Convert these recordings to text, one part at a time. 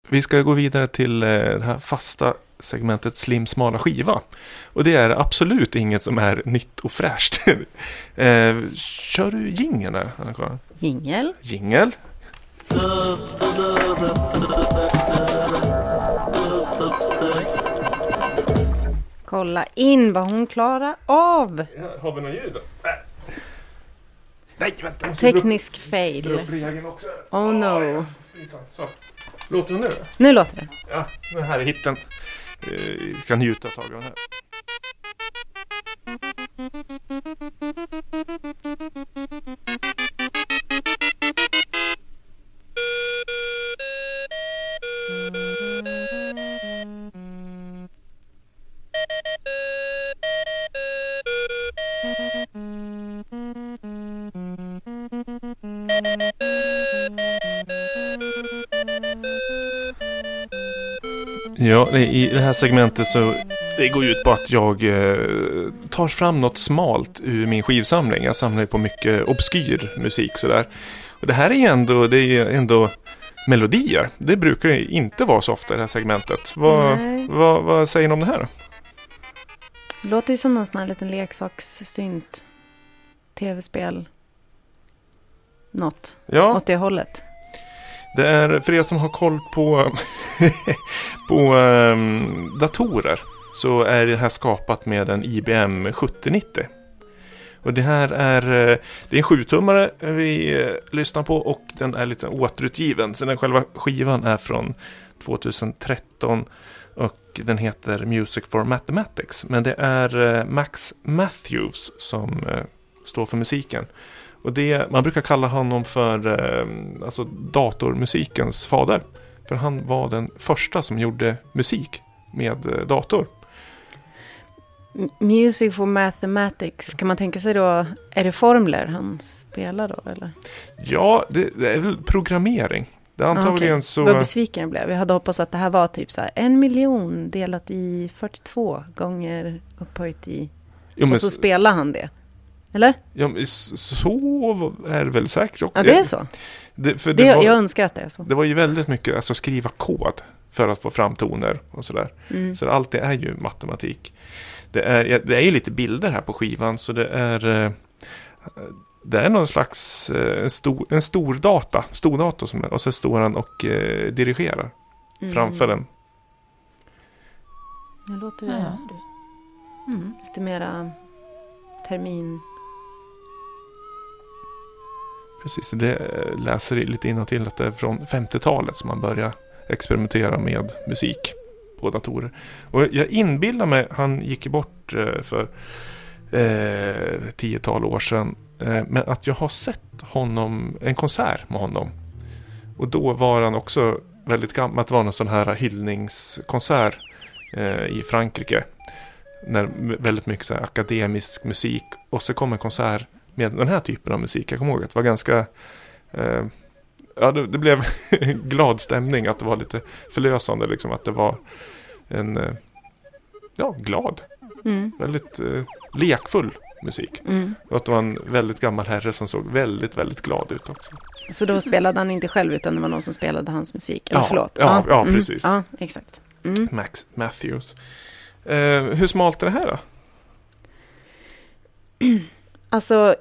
Vi ska gå vidare till det här fasta segmentet Slim smala skiva. Och det är absolut inget som är nytt och fräscht. Kör du jingeln där, Anna-Karin? Jingel. Kolla in vad hon klarar av. Ja, har vi någon ljud då? Nej, vänta. Teknisk fail. Också. Oh no. Så. Låter det nu? Nu låter det. Ja, den här är hitten. Kan njuta ett tag av den här. Ja, i det här segmentet så det går ut på att jag tar fram något smalt ur min skivsamling. Jag samlar på mycket obskyr musik sådär. Och det här är ändå melodier. Det brukar inte vara så ofta i det här segmentet. Vad säger ni om det här då? Det låter ju som någon sån här liten leksakssynt. Tv-spel. Något. Ja. Åt det hållet. Det är för er som har koll på datorer så är det här skapat med en IBM 7090. Och det här är en 7-tummare vi lyssnar på och den är lite återutgiven. Så den själva skivan är från 2013 och den heter Music for Mathematics. Men det är Max Matthews som står för musiken. Och man brukar kalla honom för alltså datormusikens fader. För han var den första som gjorde musik med dator. Music for Mathematics. Kan man tänka sig då, är det formler han spelar då eller? Ja, det är väl programmering. Det är antagligen så... Vad besviken jag blev. Jag hade hoppats att det här var typ så här 1 miljon delat i 42 gånger upphöjt i... Jo, och så spelar han det. Eller? Ja, men så är det väl säkert. Ja, det är så. Jag önskar att det är så. Det var ju väldigt mycket alltså skriva kod för att få fram toner och sådär. Mm. Så allt det är ju matematik. Det är ju lite bilder här på skivan så det är någon slags en stor dator som och så står han och dirigerar framför den. Det låter det lite mera termin. Precis, det läser lite innantill att det är från 50-talet som man börjar experimentera med musik på datorer. Och jag inbillar mig, han gick bort för 10-tal år sedan, men att jag har sett en konsert med honom. Och då var han också väldigt gammal, det var någon sån här hyllningskonsert i Frankrike. När väldigt mycket så här akademisk musik och så kom en konsert med den här typen av musik. Jag kommer ihåg att det var ganska det blev glad stämning, att det var lite förlösande liksom, att det var en glad väldigt lekfull musik och att det var en väldigt gammal herre som såg väldigt, väldigt glad ut också. Så då spelade han inte själv utan det var någon som spelade hans musik? Eller förlåt? Ja, precis. Ja, exakt. Max Matthews. Hur smalt är det här då? Alltså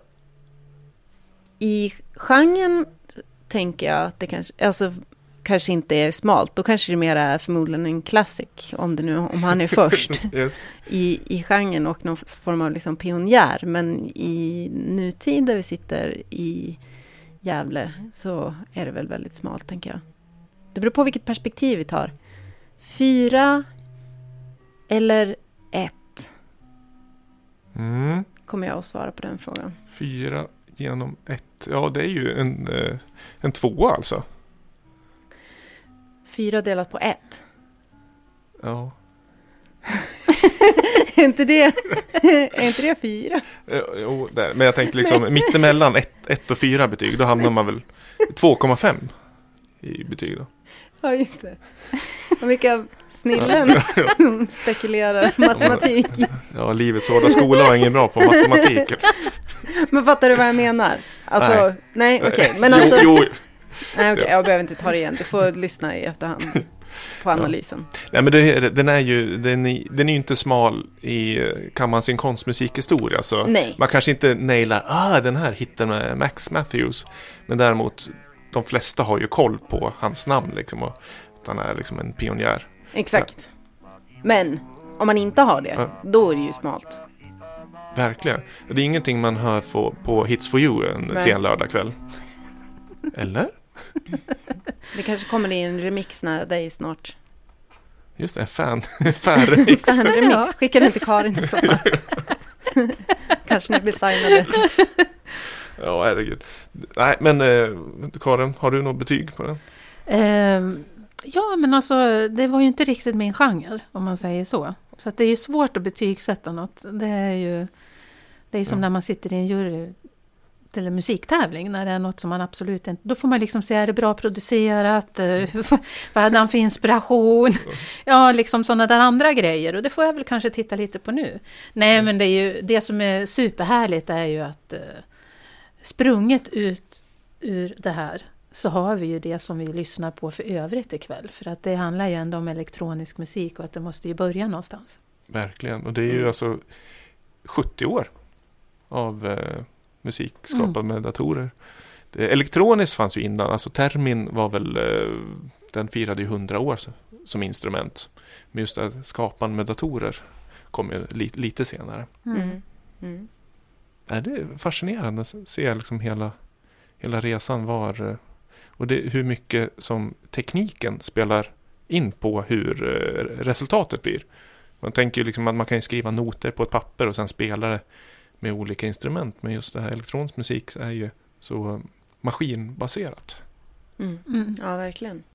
i genren tänker jag att det kanske inte är smalt. Då kanske det mer är förmodligen en klassik om han är först i genren och någon form av liksom pionjär. Men i nutid där vi sitter i Gävle så är det väl väldigt smalt, tänker jag. Det beror på vilket perspektiv vi tar. 4 eller 1? Kommer jag att svara på den frågan. 4 genom 1. Ja, det är ju en 2 alltså. 4 delat på 1. Ja. Är inte det 4? Jo, men jag tänkte liksom mittemellan 1 och 4 betyg, då hamnar man väl 2,5 i betyg då. Ja, just det. Och vilka snillen som spekulerar matematik. Ja, livets hårda skola var ingen bra på matematik. Men fattar du vad jag menar? Alltså, nej okej. Men alltså... Jo. Nej, okej, jag behöver inte ta det igen. Du får lyssna i efterhand. på analysen. Ja. Nej, men den är ju inte smal i kan sin konstmusikhistoria. Så Nej. man kanske inte nailar den här hitten med Max Matthews. Men däremot, de flesta har ju koll på hans namn liksom, och han är liksom en pionjär. Exakt. Men om man inte har det, då är det ju smalt. Verkligen. Det är ingenting man hör på Hits for You en sen lördagkväll. Eller? Det kanske kommer i en remix nära dig snart. Just det, fan-remix. Fan-remix, skicka den till Karin i så fall. Kanske ni blir signade. Ja, herregud. Nej, men Karin, har du något betyg på den? Ja, men alltså det var ju inte riktigt min genre, om man säger så. Så att det är ju svårt att betygsätta något. Det är som när man sitter i en jury till en musiktävling, när det är något som man absolut inte... Då får man liksom se, är det bra producerat? Vad hade han för inspiration? Ja, liksom sådana där andra grejer. Och det får jag väl kanske titta lite på nu. Nej, men det är ju det som är superhärligt är ju att sprunget ut ur det här så har vi ju det som vi lyssnar på för övrigt ikväll. För att det handlar ju ändå om elektronisk musik och att det måste ju börja någonstans. Verkligen, och det är ju alltså 70 år av musik skapad med datorer. Elektroniskt fanns ju innan, alltså Termin var väl, den firade ju 100 år som instrument. Men just det, skapan med datorer kom ju lite senare. Det är fascinerande att se liksom hela resan var, och hur mycket som tekniken spelar in på hur resultatet blir. Man tänker ju liksom att man kan skriva noter på ett papper och sen spela det med olika instrument. Men just det här elektronisk musik är ju så maskinbaserat. Ja, verkligen.